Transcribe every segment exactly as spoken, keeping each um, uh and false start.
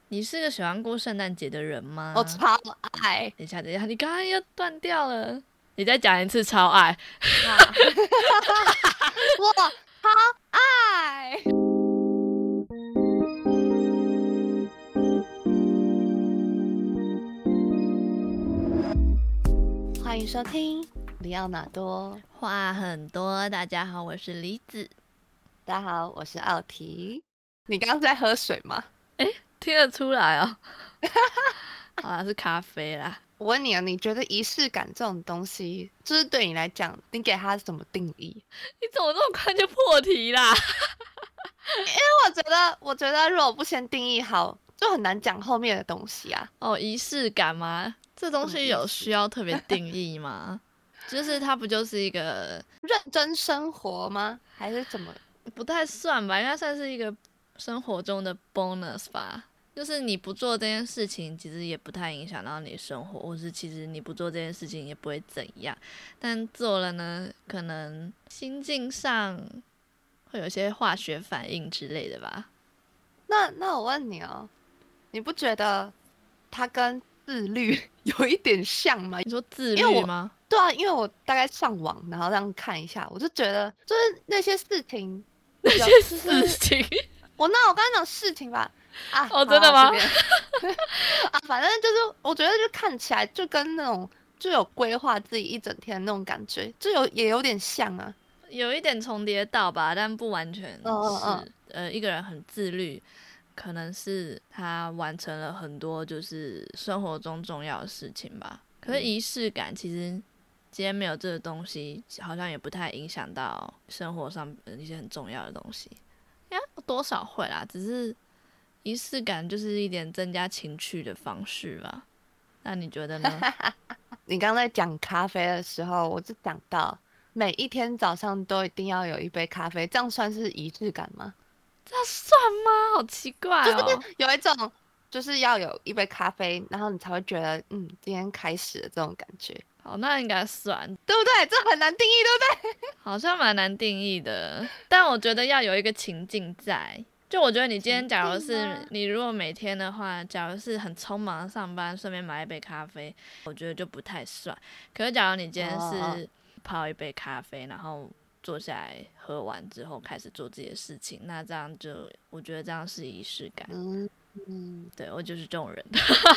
你是个喜欢过圣诞节的人吗？ 我超爱。 等一下，等一下，你刚刚又断掉了，你再讲一次超爱。 我超爱。欢迎收听里奥纳多， 话很多。大家好，我是梨子。 大家好，我是奥提。你刚刚在喝水吗？ 哎，听得出来哦。好啦，是咖啡啦。 我问你啊，你觉得仪式感这种东西，就是对你来讲，你给它什么定义？ 你怎么这么快就破题啦？ 因为我觉得，我觉得如果不先定义好，就很难讲后面的东西啊。 哦，仪式感吗？这东西有需要特别定义吗？就是它不就是一个认真生活吗？还是怎么？ 不太算吧，应该算是一个生活中的 bonus 吧。就是你不做这件事情，其实也不太影响到你的生活，或是其实你不做这件事情也不会怎样。但做了呢，可能心境上会有一些化学反应之类的吧。 那那我问你哦，你不觉得它跟自律有一点像吗？ 你说自因为我律吗？ 对啊，因为我大概上网，然后这样看一下，我就觉得就是那些事情， 那些有事情， 我那我刚刚讲事情吧，啊， 哦，真的吗？ 好啊，啊，反正就是我觉得就看起来就跟那种就有规划自己一整天的那种感觉，就有也有点像啊。 有一点重叠到吧，但不完全是。 嗯嗯嗯， 呃，一个人很自律，可能是他完成了很多就是生活中重要的事情吧。可是仪式感其实今天没有这个东西，好像也不太影响到生活上一些很重要的东西。呀，多少会啦，只是仪式感就是一点增加情趣的方式吧。那你觉得呢？ 你刚才讲咖啡的时候，我就想到每一天早上都一定要有一杯咖啡，这样算是仪式感吗？ 这算吗？好奇怪哦。 有一种就是要有一杯咖啡，然后你才会觉得嗯，今天开始了这种感觉， 好，那应该算。 对不对？这很难定义，对不对？ 好像蛮难定义的，但我觉得要有一个情境在。就我觉得你今天假如是你如果每天的话，假如是很匆忙上班，顺便买一杯咖啡，我觉得就不太算。可是假如你今天是泡一杯咖啡，然后坐下来喝完之后开始做自己的事情，那这样就我觉得这样是仪式感。 嗯嗯， 对，我就是这种人。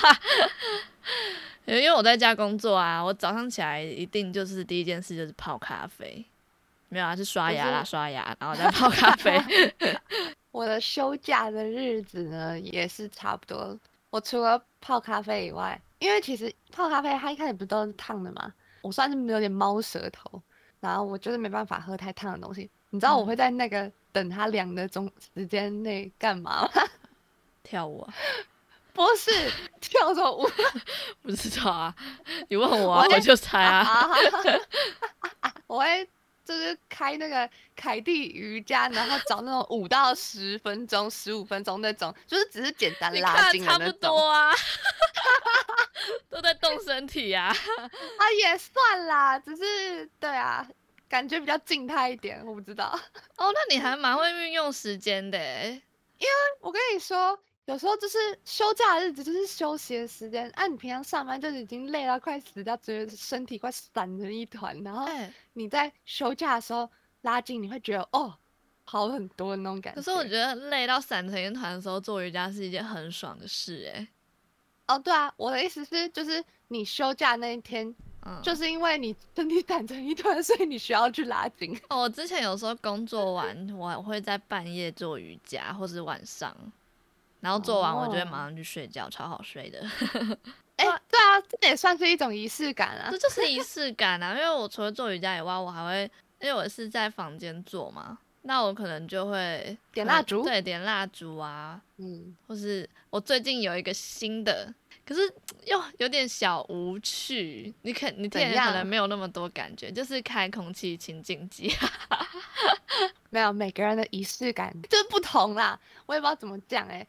因为我在家工作啊，我早上起来一定就是第一件事就是泡咖啡。没有啊，是刷牙啦，刷牙，然后再泡咖啡。 我的休假的日子呢，也是差不多。我除了泡咖啡以外，因为其实泡咖啡它一开始不都是烫的嘛，我算是有点猫舌头，然后我就是没办法喝太烫的东西。你知道我会在那个等它凉的中时间内干嘛吗？ 跳舞啊？ 不是跳什么舞？ 不知道啊，你问我啊，我就猜啊。 我会就是开那个凯蒂瑜伽，然后找那种五到十分钟、十五分钟那种，就是只是简单拉筋的那种。 你看差不多啊，都在动身体啊。 啊，也算啦，只是对啊，感觉比较静态一点，我不知道。 哦，那你还蛮会运用时间的诶。 我跟你说，有时候就是休假的日子，就是休息的时间。啊，你平常上班就是已经累到快死掉，觉得身体快散成一团，然后哎， 你在休假的时候拉筋，你会觉得哦，好很多的那种感觉。 可是我觉得累到散成一团的时候，做瑜伽是一件很爽的事诶。 哦，对啊，我的意思是，就是你休假那一天， 嗯， 就是因为你身体散成一团，所以你需要去拉筋。 哦，我之前有时候工作完，我会在半夜做瑜伽，或是晚上，然后做完我就会马上去睡觉，超好睡的。 哎、欸，对啊，这也算是一种仪式感啊。 这就是仪式感啊！因为我除了做瑜伽以外，我还会，因为我是在房间做嘛，那我可能就会点蜡烛， 对，点蜡烛啊， 嗯， 或是我最近有一个新的，可是又有点小无趣，你可你听起来可能没有那么多感觉，就是开空气清净机。 没有，每个人的仪式感就是不同啦，我也不知道怎么讲哎、欸。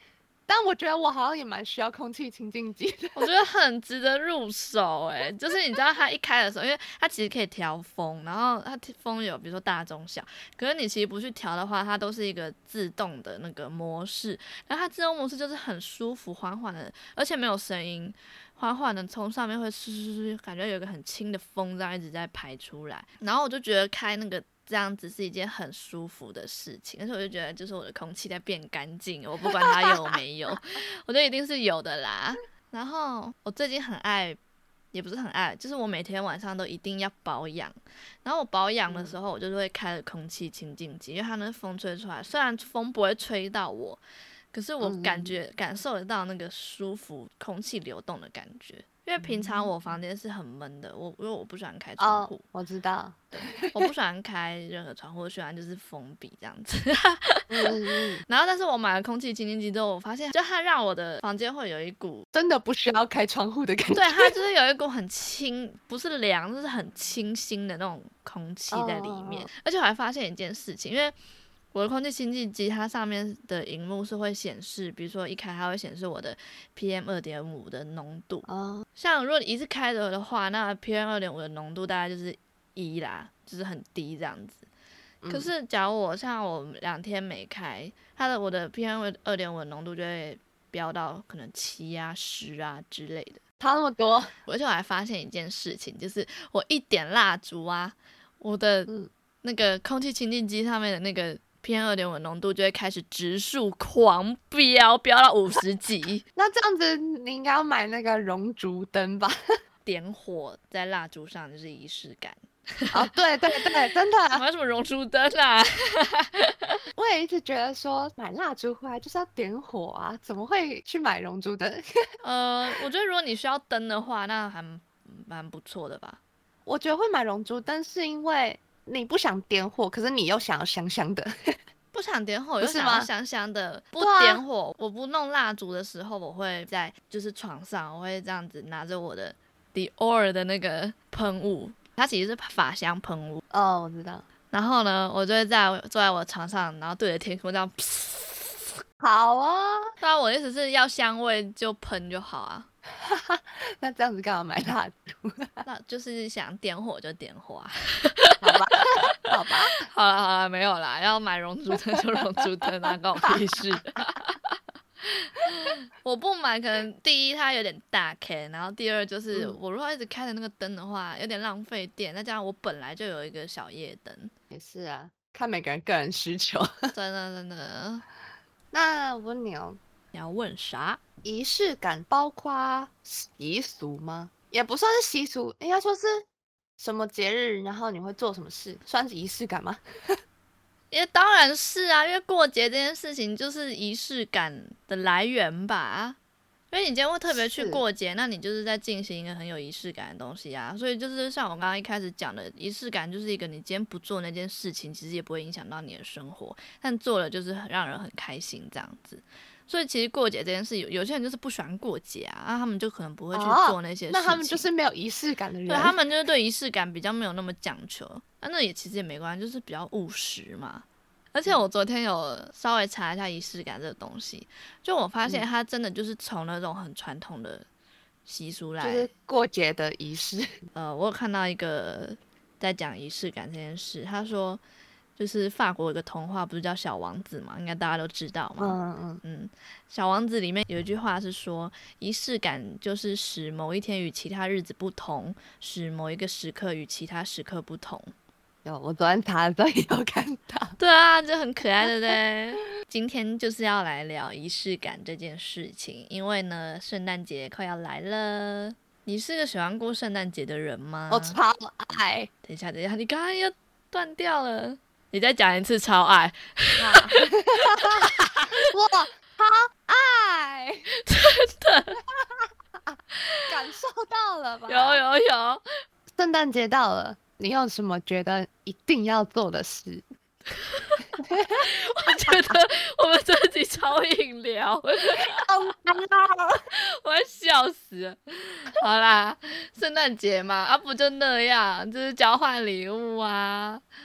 但我觉得我好像也蛮需要空气清净机的。 我觉得很值得入手哎、欸，就是你知道它一开的时候，因为它其实可以调风，然后它风有比如说大中小，可是你其实不去调的话，它都是一个自动的那个模式，然后它自动模式就是很舒服，缓缓的，而且没有声音，缓缓的从上面会嘘嘘嘘，感觉有一个很轻的风这样一直在排出来，然后我就觉得开那个这样子是一件很舒服的事情，而且我就觉得就是我的空气在变干净，我不管它有没有，我觉得一定是有的啦。然后我最近很爱，也不是很爱，就是我每天晚上都一定要保养。然后我保养的时候，我就是会开了空气清净机，因为它那风吹出来，虽然风不会吹到我，可是我感觉感受得到那个舒服空气流动的感觉。因为平常我房间是很闷的，我因为我不喜欢开窗户， 哦，我知道， 对，我不喜欢开任何窗户，我喜欢就是封闭这样子。 嗯嗯， 然后，但是我买了空气清净机之后，我发现就它让我的房间会有一股， 真的不需要开窗户的感觉。 对，它就是有一股很清，不是凉，就是很清新的那种空气在里面。 哦而且我还发现一件事情，因为我的空气清净机它上面的荧幕是会显示，比如说一开它会显示我的 P M 二点五 的浓度。 哦， 像如果你一次开着的话，那 P M 二点五 的浓度大概就是一啦，就是很低这样子。可是假如我像我两天没开，它的我的 P M 二点五 的浓度就会飙到可能七啊、十啊之类的。 差那么多。 而且我还发现一件事情，就是我一点蜡烛啊，我的嗯那个空气清净机上面的那个 P M 二点五 浓度就会开始直数狂飙，飙到五十几。 那这样子，你应该要买那个熔烛灯吧？ 点火在蜡烛上就是仪式感。 哦，对对对，真的， 买什么熔烛灯啊？ 我也一直觉得说买蜡烛回来就是要点火啊，怎么会去买熔烛灯？ 呃，我觉得如果你需要灯的话，那还蛮不错的吧。 我觉得会买熔烛灯是因为你不想点火，可是你又想要香香的。 不想点火不是又想要吗香香的，不对啊点火，我不弄蜡烛的时候，我会在就是床上，我会这样子拿着我的 Dior 的那个喷雾，它其实是法香喷雾。 哦，我知道。 然后呢，我就会在坐在我床上，然后对着天空这样。 好啊， 当然，我的意思是要香味就喷就好啊。 那这样子干嘛买蜡烛？ 那就是想点火就点火啊。 好吧，好吧。 好了好了，没有啦，要买熔烛灯就熔烛灯啊，关我屁事。我不买，可能第一它有点大 K， 然后第二就是、嗯、我如果一直开着那个灯的话，有点浪费电。再加上我本来就有一个小夜灯。 也是啊，看每个人个人需求。 真的真的。 那我问你哦， 你要问啥？ 仪式感包括习俗吗？也不算是习俗，应该说是什么节日，然后你会做什么事，算是仪式感吗？ 也当然是啊，因为过节这件事情就是仪式感的来源吧。因为你今天会特别去过节，那你就是在进行一个很有仪式感的东西啊。所以就是像我刚刚一开始讲的，仪式感就是一个你今天不做那件事情，其实也不会影响到你的生活，但做了就是很让人很开心这样子。所以其实过节这件事，有有些人就是不喜欢过节啊，那他们就可能不会去做那些事情。 哦、那他们就是没有仪式感的人。 对，他们就是对仪式感比较没有那么讲求，那、啊、那也其实也没关系，就是比较务实嘛。而且我昨天有稍微查一下仪式感这个东西，就我发现它真的就是从那种很传统的习俗来， 就是过节的仪式。 呃，我有看到一个在讲仪式感这件事，他说就是法国有个童话不是叫小王子嘛，应该大家都知道嘛。 嗯嗯嗯，小王子里面有一句话是说，仪式感就是使某一天与其他日子不同，使某一个时刻与其他时刻不同。 有，我昨天查的时候也有看到。 对啊，就很可爱的嘞。今天就是要来聊仪式感这件事情，因为呢，圣诞节快要来了。你是个喜欢过圣诞节的人吗？ 我超爱。 等一下，等一下，你刚刚又断掉了。你再讲一次，超爱。 我超爱， 真的， 感受到了吧？ 有有有。 圣诞节到了。你有什么觉得一定要做的事？ 我觉得我们这集超硬聊，我要笑死了。好啦，圣诞节嘛，啊不就那样，就是交换礼物啊，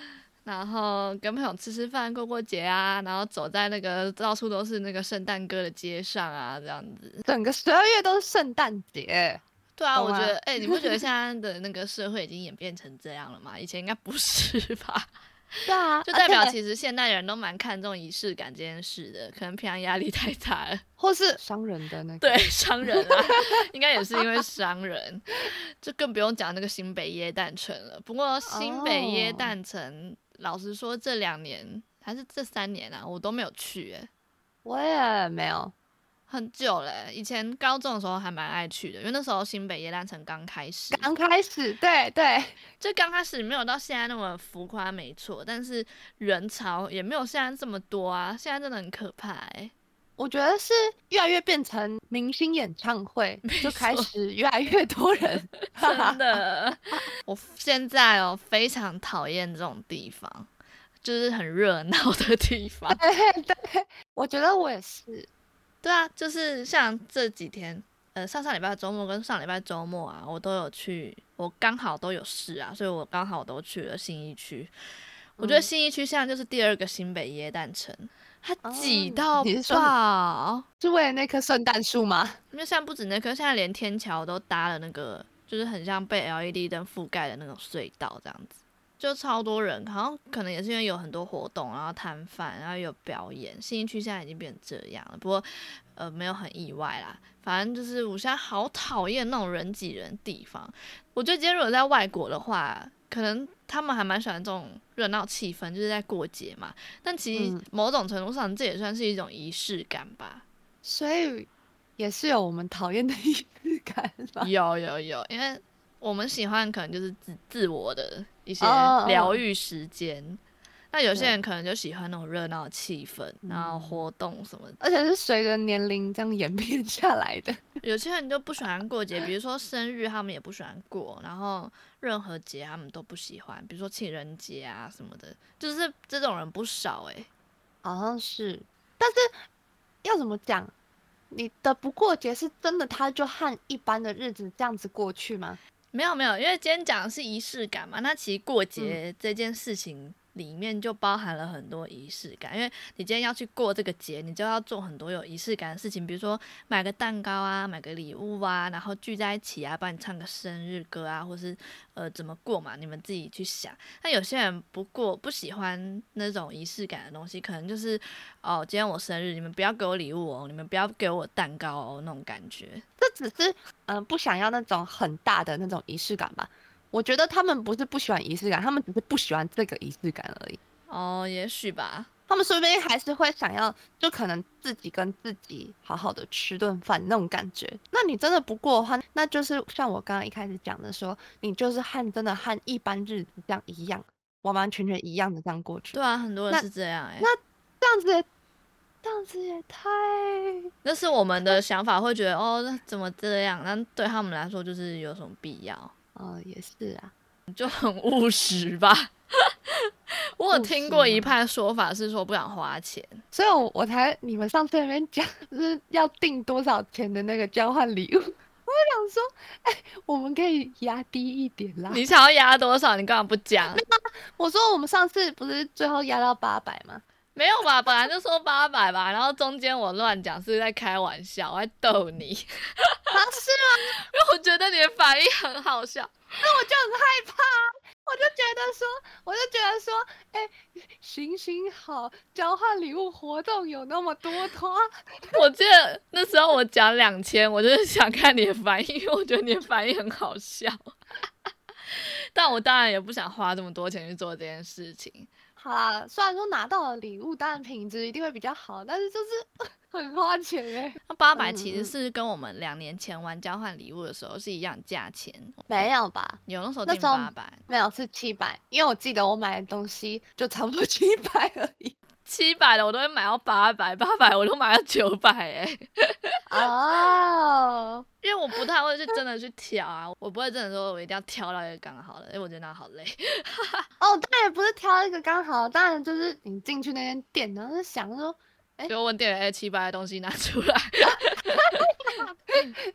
然后跟朋友吃吃饭、过过节啊，然后走在那个到处都是那个圣诞歌的街上啊，这样子。 整个十二月都是圣诞节。 对啊， 懂吗我觉得，哎、欸，你不觉得现在的那个社会已经演变成这样了吗？以前应该不是吧？ 对啊， 就代表其实现代人都蛮看重仪式感这件事的，可能平常压力太大了， 或是商人的那个， 对，商人啊，应该也是因为商人，就更不用讲那个新北耶诞城了。不过新北耶诞城，哦、老实说这两年还是这三年啊，我都没有去、欸， 我也没有。 很久了、欸，以前高中的时候还蛮爱去的，因为那时候新北耶诞城刚开始， 刚开始，对对， 就刚开始没有到现在那么浮夸，没错，但是人潮也没有现在这么多啊，现在真的很可怕哎、欸。 我觉得是越来越变成明星演唱会，就开始越来越多人， 真的。我现在哦非常讨厌这种地方，就是很热闹的地方。 对对，我觉得我也是。 对啊，就是像这几天，呃，上上礼拜周末跟上礼拜周末啊，我都有去，我刚好都有事啊，所以我刚好都去了信义区。我觉得信义区现在就是第二个新北耶诞城，它挤到爆。 是为了那棵圣诞树吗？ 因为现在不止那棵，现在连天桥都搭了那个，就是很像被 L E D 灯覆盖的那种隧道，这样子。就超多人，好像可能也是因为有很多活动，然后摊贩，然后有表演。信义区现在已经变成这样了，不过呃没有很意外啦。反正就是我现在好讨厌那种人挤人的地方。我觉得今天如果在外国的话，可能他们还蛮喜欢这种热闹气氛，就是在过节嘛。但其实某种程度上，这也算是一种仪式感吧。 所以也是有我们讨厌的仪式感吧？ 有有有，因为我们喜欢可能就是自自我的一些疗愈时间， oh, oh. 那有些人可能就喜欢那种热闹的气氛，然后活动什么的， 而且是随着年龄这样演变下来的。 有些人就不喜欢过节，比如说生日他们也不喜欢过，然后任何节他们都不喜欢，比如说情人节啊什么的，就是这种人不少哎、欸。 好像是，但是要怎么讲？你的不过节是真的，他就和一般的日子这样子过去吗？ 没有没有，因为今天讲的是仪式感嘛，那其实过节这件事情里面就包含了很多仪式感，因为你今天要去过这个节，你就要做很多有仪式感的事情，比如说买个蛋糕啊，买个礼物啊，然后聚在一起啊，帮你唱个生日歌啊，或是呃怎么过嘛，你们自己去想。那有些人不过不喜欢那种仪式感的东西，可能就是哦，今天我生日，你们不要给我礼物哦，你们不要给我蛋糕哦，那种感觉。 这只是嗯、呃、不想要那种很大的那种仪式感吧。我觉得他们不是不喜欢仪式感，他们只是不喜欢这个仪式感而已。 哦，也许吧。 他们说不定还是会想要，就可能自己跟自己好好的吃顿饭那种感觉。那你真的不过的话，那就是像我刚刚一开始讲的说，你就是和真的和一般日子这样一样，完完全全一样的这样过去。 对啊，很多人是这样哎、欸。 那这样子也，这样子也太…… 那是我们的想法，会觉得哦，那怎么这样？那对他们来说，就是有什么必要？ 哦，也是啊， 就很务实吧。我有听过一派说法是说不想花钱， 所以我我才你们上次那边讲就是要定多少钱的那个交换礼物，我想说，哎、欸，我们可以压低一点啦。 你想要压多少？你干嘛不讲？ 我说我们上次不是最后压到八百吗？ 没有吧，本来就说八百吧，然后中间我乱讲是在开玩笑，我在逗你。 啊，是吗？ 因为我觉得你的反应很好笑， 那我就很害怕。我就觉得说，我就觉得说，哎、欸，行行好，交换礼物活动有那么多拖。 我记得那时候我讲两千，我就是想看你的反应，因为我觉得你的反应很好笑。但我当然也不想花这么多钱去做这件事情。 好啦，虽然说拿到了礼物，当然品质一定会比较好，但是就是很花钱哎、欸。 那八百其实是跟我们两年前玩交换礼物的时候是一样价钱。 没有吧？ 有那时候定八百， 没有是七百，因为我记得我买的东西就差不多七百而已。 七百的我都会买到八百，八百我都买到九百哎。 哦， 因为我不太会去真的去挑啊，我不会真的说我一定要挑到一个刚好的，因为我觉得那好累。 哦，当然也不是挑一个刚好，当然就是你进去那间店，然后就想说，哎、欸， 就问店员，哎、欸，七百的东西拿出来。 哎哎、欸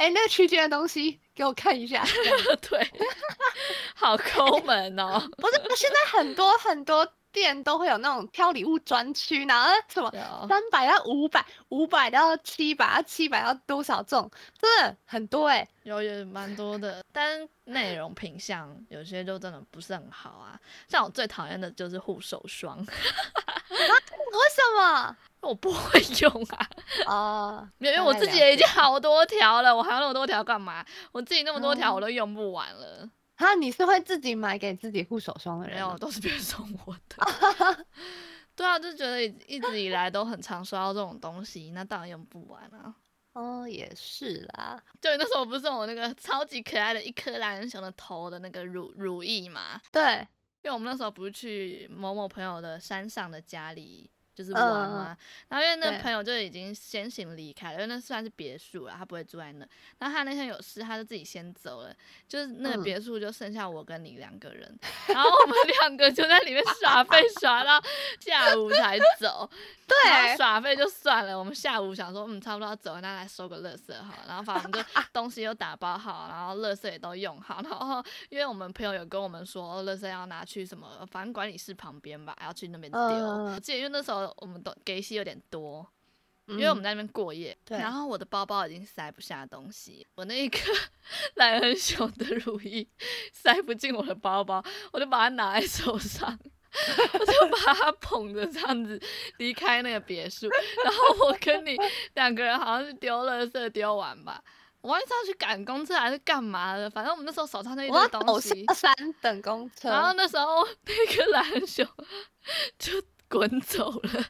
哎、欸，那个区间的东西给我看一下。 对，好抠门哦。 不是，现在很多很多店都会有那种挑礼物专区，然后什么三百到五百，五百到七百，七百到多少种，真的很多哎、欸。 有也蛮多的，但内容品相有些就真的不是很好啊。像我最讨厌的就是护手霜。 为什么？ 我不会用啊。 哦， 因为我自己也已经好多条了，我还有那么多条干嘛？我自己那么多条我都用不完了。 哈、嗯，你是会自己买给自己护手霜的人？ 没有，都是别人送我的。对啊，就觉得一直以来都很常收到这种东西，那当然用不完啊。 哦，也是啦。 对，那时候不是送我那个超级可爱的一颗懒人熊的头的那个乳乳液嘛？ 对， 因为我们那时候不是去某某朋友的山上的家里。就是玩嘛、嗯，然后因为那朋友就已经先行离开了，因为那算是别墅了，他不会住在那。然后他那天有事，他就自己先走了，就是那个别墅就剩下我跟你两个人，嗯、然后我们两个就在里面耍废耍到下午才走。 对， 耍废就算了，我们下午想说，嗯，差不多要走，那来收个垃圾好了。然后反正就东西都打包好，然后垃圾也都用好。然后因为我们朋友有跟我们说，哦，垃圾要拿去什么，反正管理室旁边吧，要去那边丢。嗯、我记得因为那时候我们都给息有点多，因为我们在那边过夜、嗯，然后我的包包已经塞不下东西，我那一颗懒人熊的乳液塞不进我的包包，我就把它拿在手上。我就把它捧着这样子离开那个别墅，然后我跟你两个人好像是丢垃圾丢完吧，我忘记是要去赶公车还是干嘛的，反正我们那时候手上那一堆东西， 我下山等公车， 然后那时候那个懒人熊就滚走了。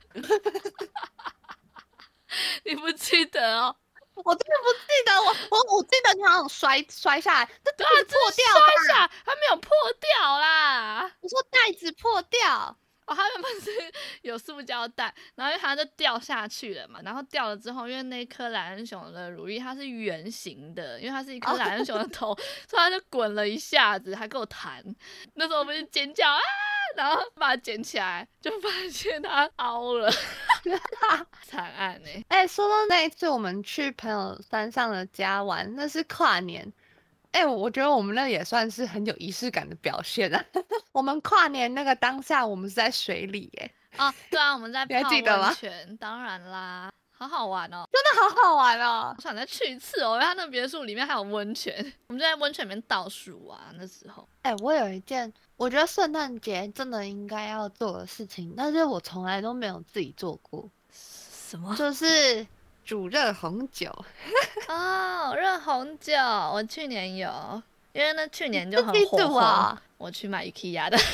你不记得哦？ 我真的不记得，我我我记得你好像摔摔下来，这对啊， 破掉吧？ 摔下，它没有破掉啦。 我说袋子破掉。 哦，它原本是有塑胶袋，然后因为它就掉下去了嘛，然后掉了之后，因为那颗懒人熊的乳液它是圆形的，因为它是一颗懒人熊的头， oh. 所以它就滚了一下子，还给我弹。那时候我们就尖叫啊，然后把它捡起来，就发现它凹了，惨案哎、欸！ 哎、欸，说到那一次我们去朋友山上的家玩，那是跨年。哎、欸，我觉得我们那也算是很有仪式感的表现啊。我们跨年那个当下，我们是在水里哎、 欸。哦，对啊，我们在泡温泉，当然啦，好好玩哦， 真的好好玩哦。 我想再去一次哦，因为他那别墅里面还有温泉，我们就在温泉里面倒数啊，那时候。 哎、欸，我有一件我觉得圣诞节真的应该要做的事情，但是我从来都没有自己做过。 什么？ 就是煮热红酒。 哦，热红酒，我去年有，因为那去年就很火红， 啊、 我去买 IKEA 的。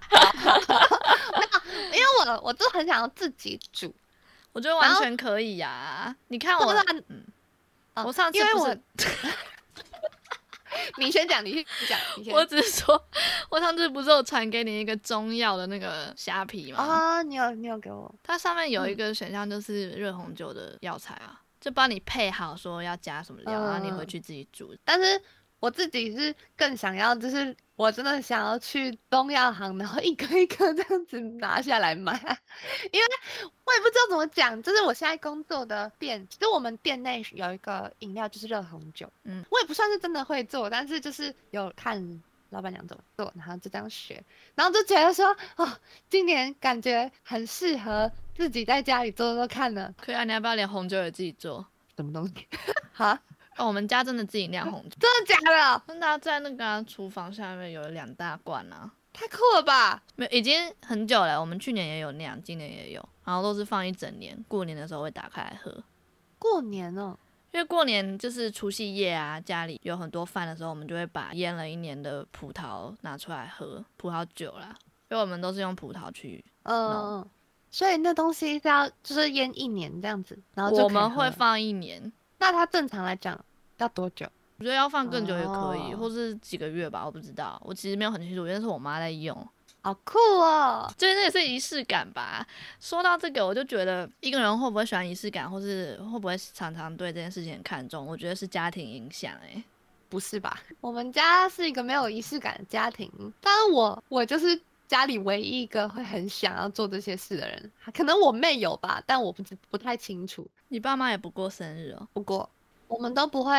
因为我我就很想要自己煮， 我觉得完全可以呀、啊。你看我，嗯， 啊、 我上次不是， 你先讲，你先讲，你先。 我只是说，我上次不是有传给你一个中药的那个虾皮吗？ 啊，你有你有给我。 它上面有一个选项就是热红酒的药材啊，就帮你配好说要加什么料，嗯、然后你回去自己煮。 但是我自己是更想要，就是我真的想要去中药行，然后一颗一颗这样子拿下来买，因为我也不知道怎么讲，就是我现在工作的店，其实我们店内有一个饮料就是热红酒，嗯，我也不算是真的会做，但是就是有看老板娘怎么做，然后就这样学，然后就觉得说，哦，今年感觉很适合自己在家里做做看呢。 可以啊，你要不要连红酒也自己做？ 什么东西？哈？ 哦，我们家真的自己酿红酒， 真的假的？ 真的、啊、在那个厨、啊、房下面有两大罐啊， 太酷了吧！ 没已经很久了，我们去年也有酿，今年也有，然后都是放一整年，过年的时候会打开来喝。 过年哦， 因为过年就是除夕夜啊，家里有很多饭的时候，我们就会把腌了一年的葡萄拿出来喝，葡萄酒啦，因为我们都是用葡萄去弄， 嗯，所以那东西是要就是腌一年这样子，然后就我们会放一年。 那它正常来讲要多久？ 我觉得要放更久也可以，哦、或是几个月吧，我不知道，我其实没有很清楚，因为是我妈在用。 好酷哦！ 所以这也是仪式感吧。说到这个，我就觉得一个人会不会喜欢仪式感，或是会不会常常对这件事情很看重，我觉得是家庭影响。哎， 不是吧？我们家是一个没有仪式感的家庭，但是我我就是家里唯一一个会很想要做这些事的人。可能我妹有吧，但我不不太清楚。 你爸妈也不过生日哦？ 不过我们都不会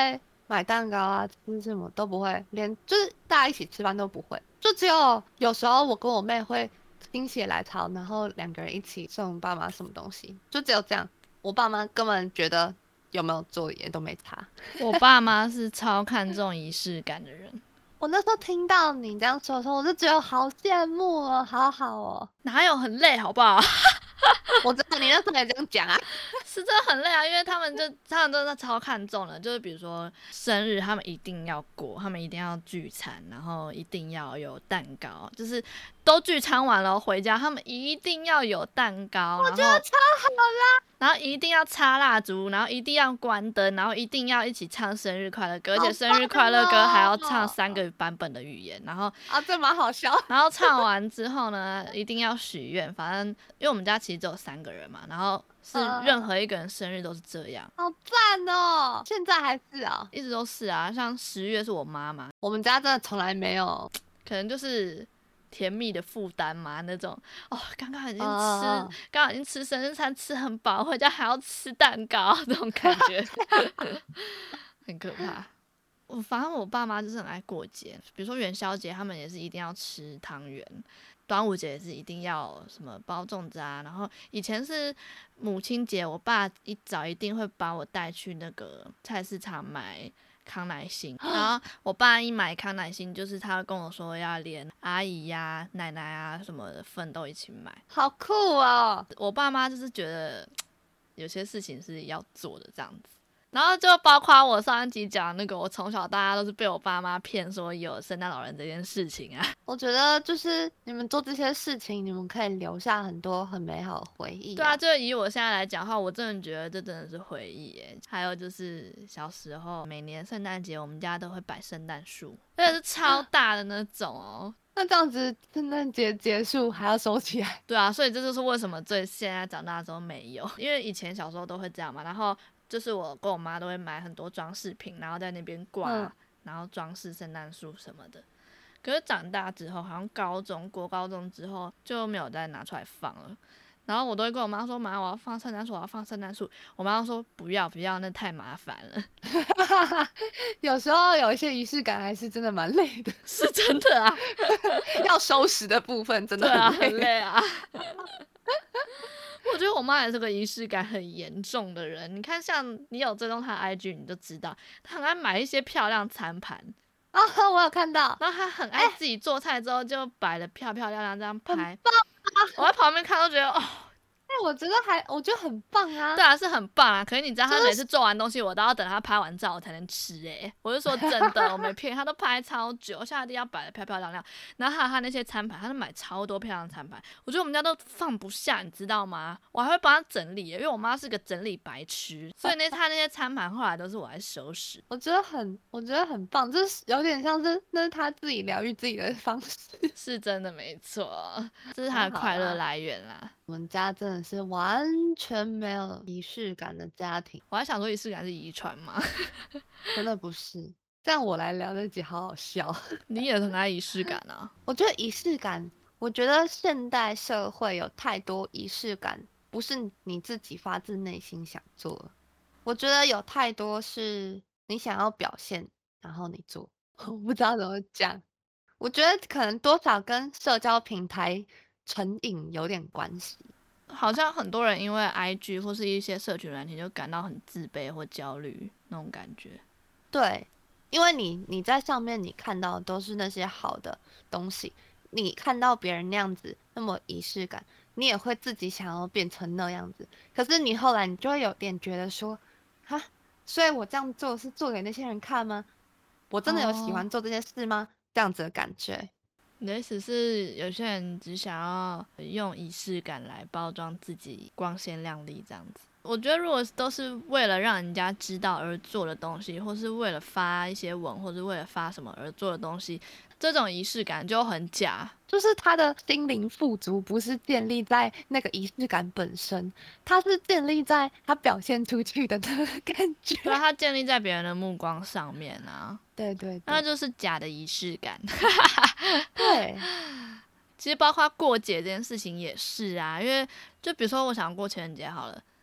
买蛋糕啊，吃什么都不会，连就是大家一起吃饭都不会，就只有有时候我跟我妹会心血来潮，然后两个人一起送爸妈什么东西，就只有这样。我爸妈根本觉得有没有做也都没差。 我爸妈是超看重仪式感的人。 我那时候听到你这样说的时候，我就觉得好羡慕哦，好好哦。 哪有很累好不好？ 我知道你那时候也这样讲啊。 是真的很累啊，因为他们就他们真的超看重的，就是比如说生日，他们一定要过，他们一定要聚餐，然后一定要有蛋糕，就是都聚餐完了回家，他们一定要有蛋糕， 我觉得超好啦。 然后一定要插蜡烛，然后一定要关灯，然后一定要一起唱生日快乐歌，而且生日快乐歌还要唱三个版本的语言，然后啊，这蛮好笑。 然后唱完之后呢，一定要许愿，反正因为我们家其实只有三个人嘛，然后是任何一个人生日都是这样， 好赞哦！现在还是啊， 一直都是啊。像十月是我妈妈， 我们家真的从来没有， 可能就是甜蜜的负担嘛那种。哦，刚刚已经吃， 哦刚刚已经吃生日餐吃很饱，回家还要吃蛋糕，这种感觉很可怕。我反正我爸妈就是很爱过节，比如说元宵节，他们也是一定要吃汤圆。端午节也是一定要什么包粽子啊，然后以前是母亲节，我爸一早一定会把我带去那个菜市场买康乃馨，然后我爸一买康乃馨，就是他会跟我说要连阿姨呀、啊、奶奶啊什么的份都一起买， 好酷哦！ 我爸妈就是觉得有些事情是要做的这样子。然后就包括我上一集讲那个，我从小大家都是被我爸妈骗说有圣诞老人这件事情啊。 我觉得就是你们做这些事情，你们可以留下很多很美好的回忆、啊。 对啊，就以我现在来讲的话，我真的觉得这真的是回忆耶。还有就是小时候每年圣诞节我们家都会摆圣诞树，而且是超大的那种哦。 那这样子圣诞节结束还要收起来？ 对啊，所以这就是为什么最现在长大之后没有，因为以前小时候都会这样嘛，然后就是我跟我妈都会买很多装饰品，然后在那边挂、嗯、然后装饰圣诞树什么的。可是长大之后，好像高中国高中之后就没有再拿出来放了，然后我都会跟我妈说，妈，我要放圣诞树，我要放圣诞树。我妈说不要不要，那太麻烦了。 有时候有一些仪式感还是真的蛮累的。 是真的啊。 要收拾的部分真的很累啊，很累啊。我觉得我妈也是个仪式感很严重的人。你看，像你有追踪她的 I G， 你就知道她很爱买一些漂亮餐盘啊、哦，我有看到。 然后她很爱自己做菜之后就摆得漂漂亮亮这样拍， 很棒啊！ 我在旁边看都觉得哦。 哎、欸，我觉得还，我觉得很棒啊。 对啊，是很棒啊。可是你知道，他每次做完东西，我都要等他拍完照我才能吃哎、欸。我就说真的，我没骗，他都拍超久，下地要摆得漂漂亮亮。然后还有他那些餐盘，他就买超多漂亮餐盘，我觉得我们家都放不下，你知道吗？我还会帮他整理、欸，因为我妈是个整理白痴，所以那他那些餐盘后来都是我来收拾。 我觉得很，我觉得很棒，就是有点像是那是他自己疗愈自己的方式， 是真的没错，这是他的快乐来源啦。 我们家真的是完全没有仪式感的家庭。 我还想说仪式感是遗传吗？ 真的不是。这样我来聊这集好好笑。 你也很爱仪式感啊。 我觉得仪式感，我觉得现代社会有太多仪式感，不是你自己发自内心想做。我觉得有太多是你想要表现，然后你做。我不知道怎么讲。我觉得可能多少跟社交平台成瘾有点关系。 好像很多人因为 I G 或是一些社群软体就感到很自卑或焦虑那种感觉。 对，因为你你在上面你看到的都是那些好的东西，你看到别人那样子那么仪式感，你也会自己想要变成那样子。可是你后来你就会有点觉得说，哈，所以我这样做是做给那些人看吗？我真的有喜欢做这件事吗？ Oh. 这样子的感觉。 你的意思是有些人只想要用仪式感来包装自己光鲜亮丽这样子。我觉得如果都是为了让人家知道而做的东西，或是为了发一些文，或是为了发什么而做的东西，这种仪式感就很假。 就是他的心灵富足不是建立在那个仪式感本身，他是建立在他表现出去的那个感觉。 对，他建立在别人的目光上面啊。 对对对， 那就是假的仪式感。 对， 其实包括过节这件事情也是啊，因为就比如说我想过情人节好了，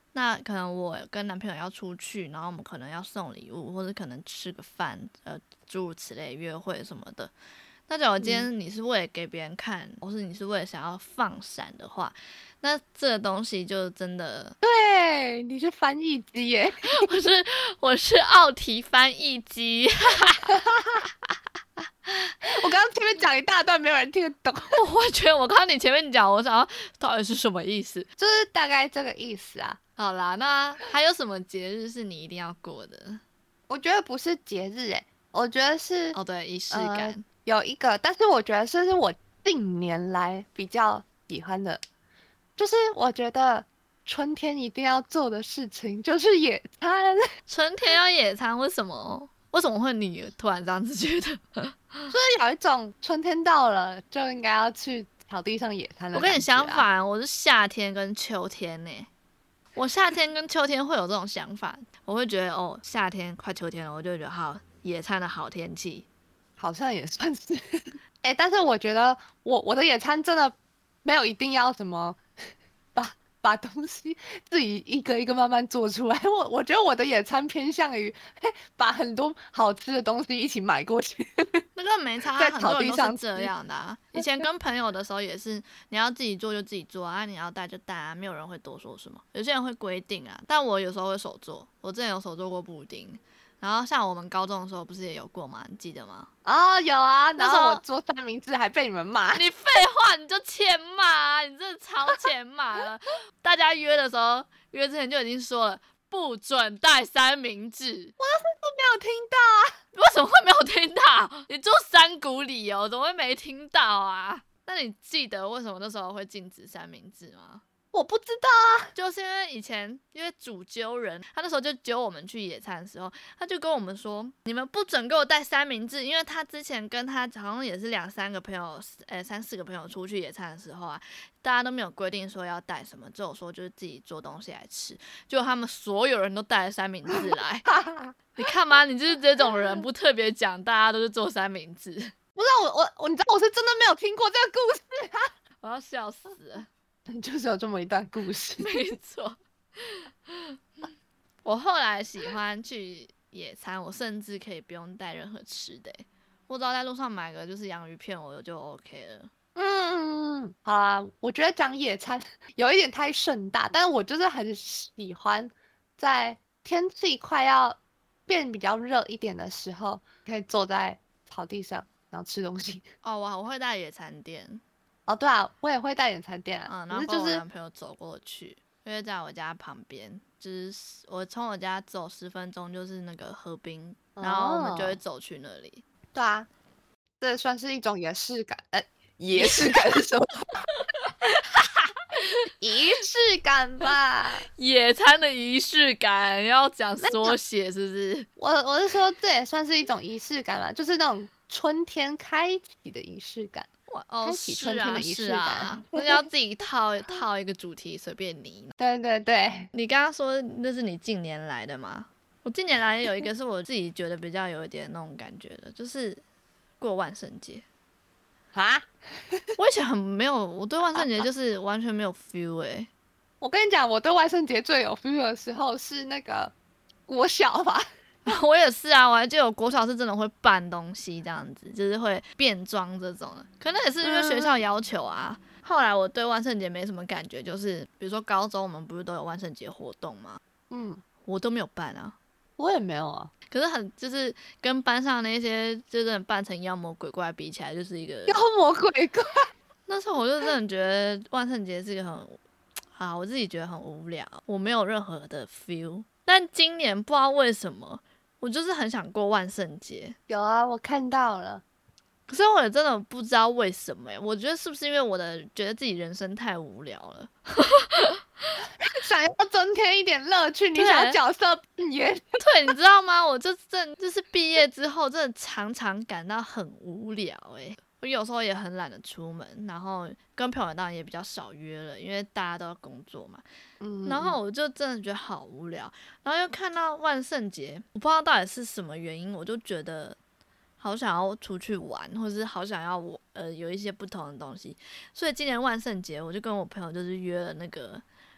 那可能我跟男朋友要出去，然后我们可能要送礼物，或者可能吃个饭，呃，诸如此类，约会什么的。那假如今天你是为了给别人看，或是你是为了想要放闪的话，那这个东西就真的， 对，你是翻译机耶， 我是我是奥提翻译机， 我刚刚前面讲一大段，没有人听得懂， 我会觉得我看你前面讲，我想要到底是什么意思？ 就是大概这个意思啊。 好啦，那还有什么节日是你一定要过的？ 我觉得不是节日诶，我觉得是哦，对，仪式呃感。 有一个，但是我觉得这是我近年来比较喜欢的，就是我觉得春天一定要做的事情就是野餐， 春天要野餐，为什么？为什么会你突然这样子觉得？ 就是有一种春天到了就应该要去草地上野餐的我跟你感觉啊相反，我是夏天跟秋天呢。我夏天跟秋天会有这种想法，我会觉得哦，夏天快秋天了，我就会觉得好野餐的好天气。 好像也算是，哎、但是我觉得我我的野餐真的没有一定要什么把把东西自己一个一个慢慢做出来。我我觉得我的野餐偏向于嘿把很多好吃的东西一起买过去， 那个没差， 在很草地上多人都是这吃。 样的啊。以前跟朋友的时候也是，你要自己做就自己做啊，你要带就带啊，没有人会多说什么。有些人会规定啊，但我有时候会手做，我之前有手做过布丁。然后像我们高中的时候不是也有过吗？你记得吗？ 哦，有啊，然那时候后我做三明治还被你们骂。 你废话，你就欠骂啊！你真的超欠骂了。大家约的时候，约之前就已经说了，不准带三明治。 没有听到， 为什么会没有听到？你住山谷里哦，怎么会没听到啊？那你记得为什么那时候会禁止三明治吗？ 我不知道啊。 就是因为以前因为主揪人，他那时候就揪我们去野餐的时候，他就跟我们说，你们不准给我带三明治，因为他之前跟他好像也是两三个朋友，呃三四个朋友出去野餐的时候啊，大家都没有规定说要带什么，只有说就是自己做东西来吃，结果他们所有人都带了三明治来，你看吗？你就是这种人，不特别讲，大家都是做三明治， 不知道我我我，你知道我是真的没有听过这个故事啊， 我要笑死了。 就是有这么一段故事。 没错，我后来喜欢去野餐，我甚至可以不用带任何吃的欸，我只要在路上买个就是洋芋片，我就 OK 了。 嗯，好啦，我觉得讲野餐有一点太盛大，但是我就是很喜欢在天气快要变比较热一点的时候，可以坐在草地上，然后吃东西。 哦，我我会带野餐垫， 哦，对啊，我也会带野餐垫啊， 嗯，然后可是就是跟我男朋友走过去，因为在我家旁边，就是我从我家走十分钟就是那个河滨，然后我们就会哦， 走去那里。 对啊，这算是一种仪式感，呃，仪式感是什么？仪式感吧。 野餐的仪式感要讲缩写是不是？ 我我是说，这也算是一种仪式感吧，就是那种春天开启的仪式感。 哇哦， 开启是啊， 春天的仪是式感啊，那要自己套套一个主题，随便你。 对对对， 你刚刚说那是你近年来的吗？我近年来有一个是我自己觉得比较有一点那种感觉的，就是过万圣节。 啊， 我以前很没有，我对万圣节就是完全没有 feel 哎、 我跟你讲，我对万圣节最有 feel 的时候是那个国小吧。 我也是啊，我还记得我国小是真的会扮东西这样子，就是会变装这种的，可能也是因为学校要求啊。后来我对万圣节没什么感觉，就是比如说高中我们不是都有万圣节活动吗？ 嗯， 我都没有办啊。 我也没有啊， 可是很就是跟班上那些就真的扮成妖魔鬼怪比起来，就是一个妖魔鬼怪。 那时候我就真的觉得万圣节是一个很啊，我自己觉得很无聊，我没有任何的 feel。但今年不知道为什么，我就是很想过万圣节， 有啊，我看到了。 可是我也真的不知道为什么欸，我觉得是不是因为我的觉得自己人生太无聊了？ 想要增添一点乐趣，你对想要角色扮演。 对，你知道吗？我就真就是毕业之后，真的常常感到很无聊诶。我有时候也很懒得出门，然后跟朋友当然也比较少约了，因为大家都要工作嘛。 嗯， 然后我就真的觉得好无聊，然后又看到万圣节，我不知道到底是什么原因，我就觉得好想要出去玩，或者是好想要我呃有一些不同的东西。所以今年万圣节，我就跟我朋友就是约了那个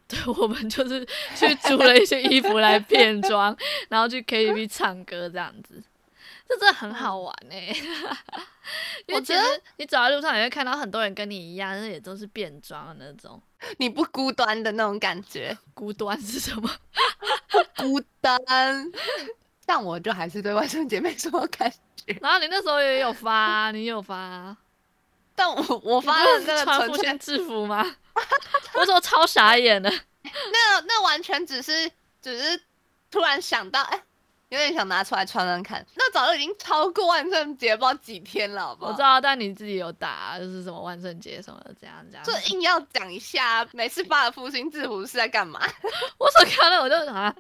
对，我们就是去租了一些衣服来变装，然后去 K T V 唱歌这样子，这真的很好玩哎、欸。因为其实你走在路上也会看到很多人跟你一样，但是也都是变装的那种。 你不孤单的那种感觉。 孤单是什么？ 孤单。像我就还是对万圣节没什么感觉。 然后你那时候也有发、啊，你有发、啊。 但我我发的那个穿父亲制服吗？我说超傻眼的。 那那完全只是只是突然想到，哎、欸，有点想拿出来穿穿看。那早就已经超过万圣节不知道几天了，好不好？ 我知道，但你自己有打，就是什么万圣节什么的，这样这样。 就硬要讲一下，每次发的父亲制服是在干嘛？ 我所看到我就啊。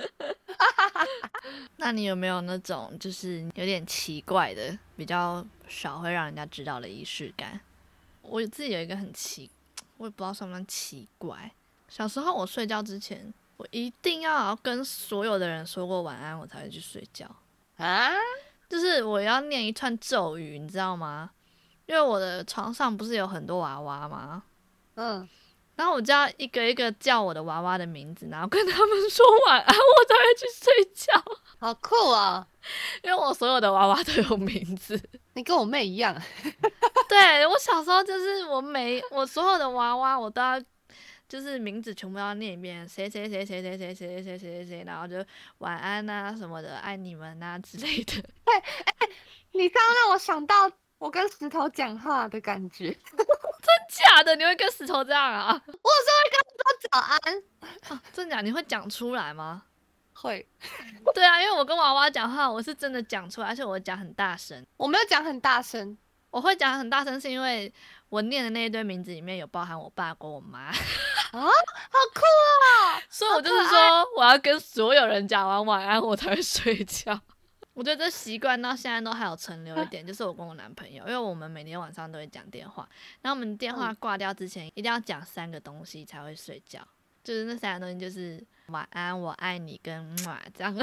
那你有没有那种就是有点奇怪的，比较少会让人家知道的仪式感？我自己有一个很奇，我也不知道算不算奇怪。小时候我睡觉之前，我一定要跟所有的人说过晚安，我才会去睡觉啊。 就是我要念一串咒语，你知道吗？因为我的床上不是有很多娃娃吗？ 嗯。 然后我就要一个一个叫我的娃娃的名字，然后跟他们说晚安，我才会去睡觉。 好酷啊！ 因为我所有的娃娃都有名字。 你跟我妹一样。 对，我小时候就是我每我所有的娃娃我都要就是名字全部要念一遍，谁谁谁谁谁谁谁谁谁谁，然后就晚安啊什么的，爱你们啊之类的。 对，哎、欸，你刚刚让我想到我跟石头讲话的感觉。 真假的？你会跟石头这样啊？ 我有时候会跟他说早安。 哦，真假？你会讲出来吗？ 会。 对啊，因为我跟娃娃讲话，我是真的讲出来，而且我讲很大声。 我没有讲很大声， 我会讲很大声，是因为我念的那一堆名字里面有包含我爸跟我妈。啊， 好酷啊！ 所以我就是说，我要跟所有人讲完晚安，我才会睡觉。我觉得这习惯到现在都还有存留一点，就是我跟我男朋友，因为我们每天晚上都会讲电话，然后我们电话挂掉之前一定要讲三个东西才会睡觉，就是那三个东西就是晚安、我爱你跟嘛这样。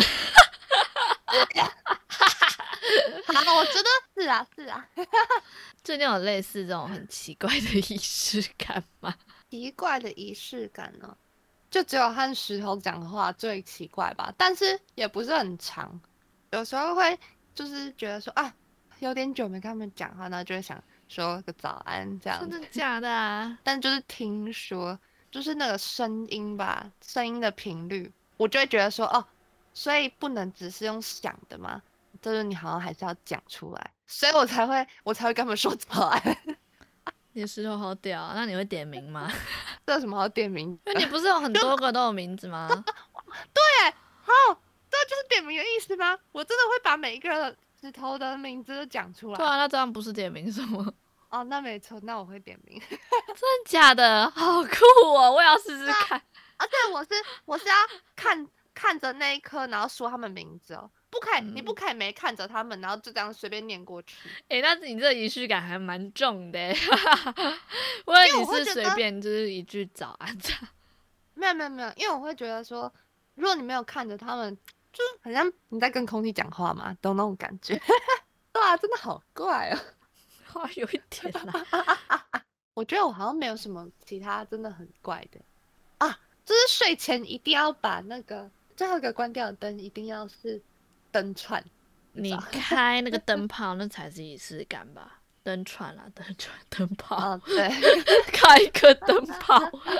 好，我觉得是啊，是啊。 最近有类似这种很奇怪的仪式感吗？ 奇怪的仪式感呢、喔，就只有和石头讲话最奇怪吧，但是也不是很长。有时候会就是觉得说啊，有点久没跟他们讲话，然后就会想说个早安这样子。 真的假的啊？ 但就是听说，就是那个声音吧，声音的频率，我就会觉得说哦，所以不能只是用想的嘛，就是你好像还是要讲出来，所以我才会我才会跟他们说早安。 你的石头好屌啊！那你会点名吗？ 这有什么好点名？ 因为你不是有很多个都有名字吗？ 对，好。这就是点名的意思吗？我真的会把每一个石头的名字都讲出来。 对啊，那这样不是点名什么？ 哦，那没错，那我会点名。 真的假的？好酷哦！我也要试试看。 而且我是我是要看看着那一颗，然后说他们名字哦，不可以，嗯、你不可以没看着他们，然后就这样随便念过去。 哎、欸，那你这仪式感还蛮重的。我以为你是随便就是一句早安这样。 没有没有没有，因为我会觉得说，如果你没有看着他们。就好像你在跟空气讲话嘛，懂那种感觉。对啊，真的好怪哦。 好，有一点啦。 我觉得我好像没有什么其他真的很怪的啊，就是睡前一定要把那个最后一个关掉的灯一定要是灯串。 你开那个灯泡，那才是仪式感吧？灯串啦，灯串，灯泡。 哦，对， 开一个灯泡。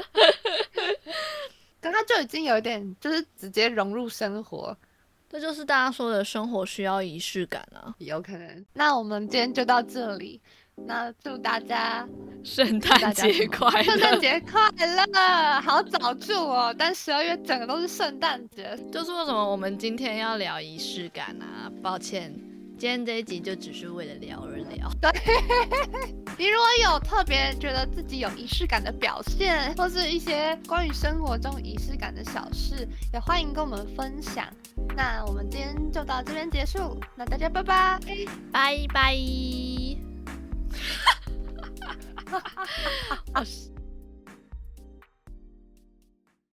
可它就已经有点就是直接融入生活， 这就是大家说的生活需要仪式感啊。 有可能。那我们今天就到这里，那祝大家圣诞节快乐！ 圣诞节快乐！好早祝哦，但十二月整个都是圣诞节。 就是为什么我们今天要聊仪式感啊？抱歉，今天这一集就只是为了聊而聊。 对。你如果有特别觉得自己有仪式感的表现，或是一些关于生活中仪式感的小事，也欢迎跟我们分享。那我们今天就到这边结束，那大家拜拜， 拜拜。